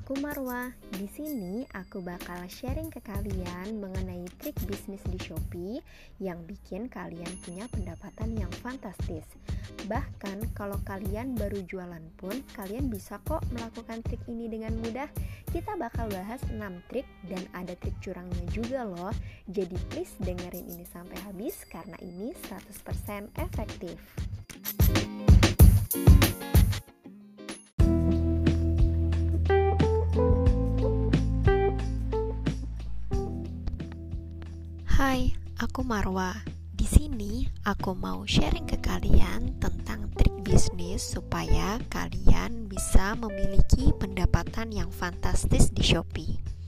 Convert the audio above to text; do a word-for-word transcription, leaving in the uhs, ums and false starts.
aku Marwa. Di sini aku bakal sharing ke kalian mengenai trik bisnis di Shopee yang bikin kalian punya pendapatan yang fantastis. Bahkan kalau kalian baru jualan pun, kalian bisa kok melakukan trik ini dengan mudah. Kita bakal bahas enam trik dan ada trik curangnya juga loh. Jadi please dengerin ini sampai habis karena ini seratus persen efektif. Hai, aku Marwa. Di sini aku mau sharing ke kalian tentang trik bisnis supaya kalian bisa memiliki pendapatan yang fantastis di Shopee.